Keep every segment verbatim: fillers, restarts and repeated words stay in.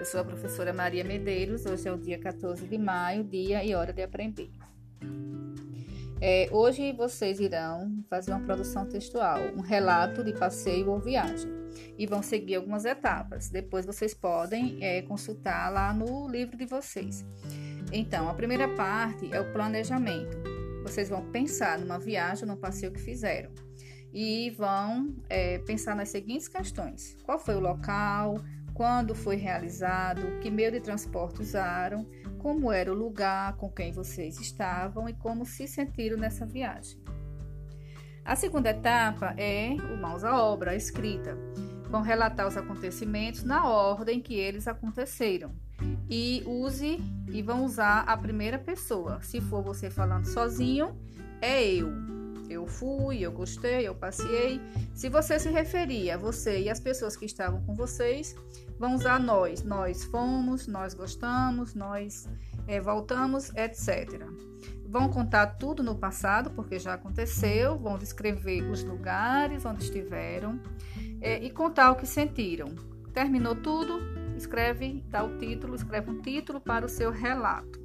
sou a professora Maria Medeiros. Hoje é o dia quatorze de maio, dia e hora de aprender. É, hoje vocês irão fazer uma produção textual, um relato de passeio ou viagem, e vão seguir algumas etapas. Depois vocês podem é, consultar lá no livro de vocês. Então, a primeira parte é o planejamento. Vocês vão pensar numa viagem, num passeio que fizeram, e vão é, pensar nas seguintes questões: qual foi o local, quando foi realizado, que meio de transporte usaram, como era o lugar, com quem vocês estavam e como se sentiram nessa viagem. A segunda etapa é o mãos à obra, a escrita. Vão relatar os acontecimentos na ordem que eles aconteceram e use e vão usar a primeira pessoa. Se for você falando sozinho, é eu. Eu fui, eu gostei, eu passei. Se você se referir a você e as pessoas que estavam com vocês, vão usar nós. Nós fomos, nós gostamos, nós é, voltamos, etcétera. Vão contar tudo no passado, porque já aconteceu. Vão descrever os lugares onde estiveram é, e contar o que sentiram. Terminou tudo, escreve, dá o título, escreve um título para o seu relato.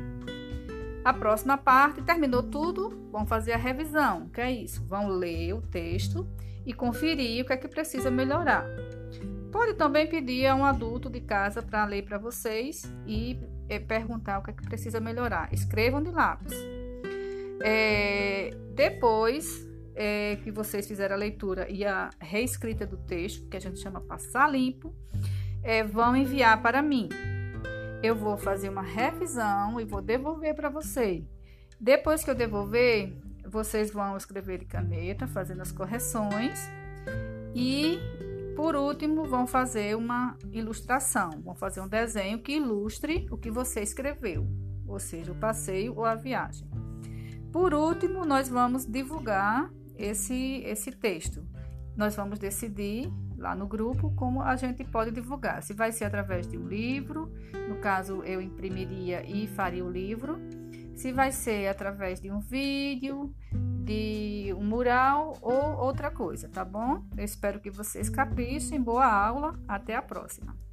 A próxima parte, terminou tudo, vão fazer a revisão, que é isso? Vão ler o texto e conferir o que é que precisa melhorar. Pode também pedir a um adulto de casa para ler para vocês e é, perguntar o que é que precisa melhorar. Escrevam de lápis. É, depois é, que vocês fizeram a leitura e a reescrita do texto, que a gente chama passar limpo, é, vão enviar para mim. Eu vou fazer uma revisão e vou devolver para você. Depois que eu devolver, vocês vão escrever de caneta, fazendo as correções. E, por último, vão fazer uma ilustração. Vão fazer um desenho que ilustre o que você escreveu, ou seja, o passeio ou a viagem. Por último, nós vamos divulgar esse, esse texto. Nós vamos decidir lá no grupo como a gente pode divulgar. Se vai ser através de um livro, no caso eu imprimiria e faria o livro. Se vai ser através de um vídeo, de um mural ou outra coisa, tá bom? Eu espero que vocês caprichem. Boa aula, até a próxima.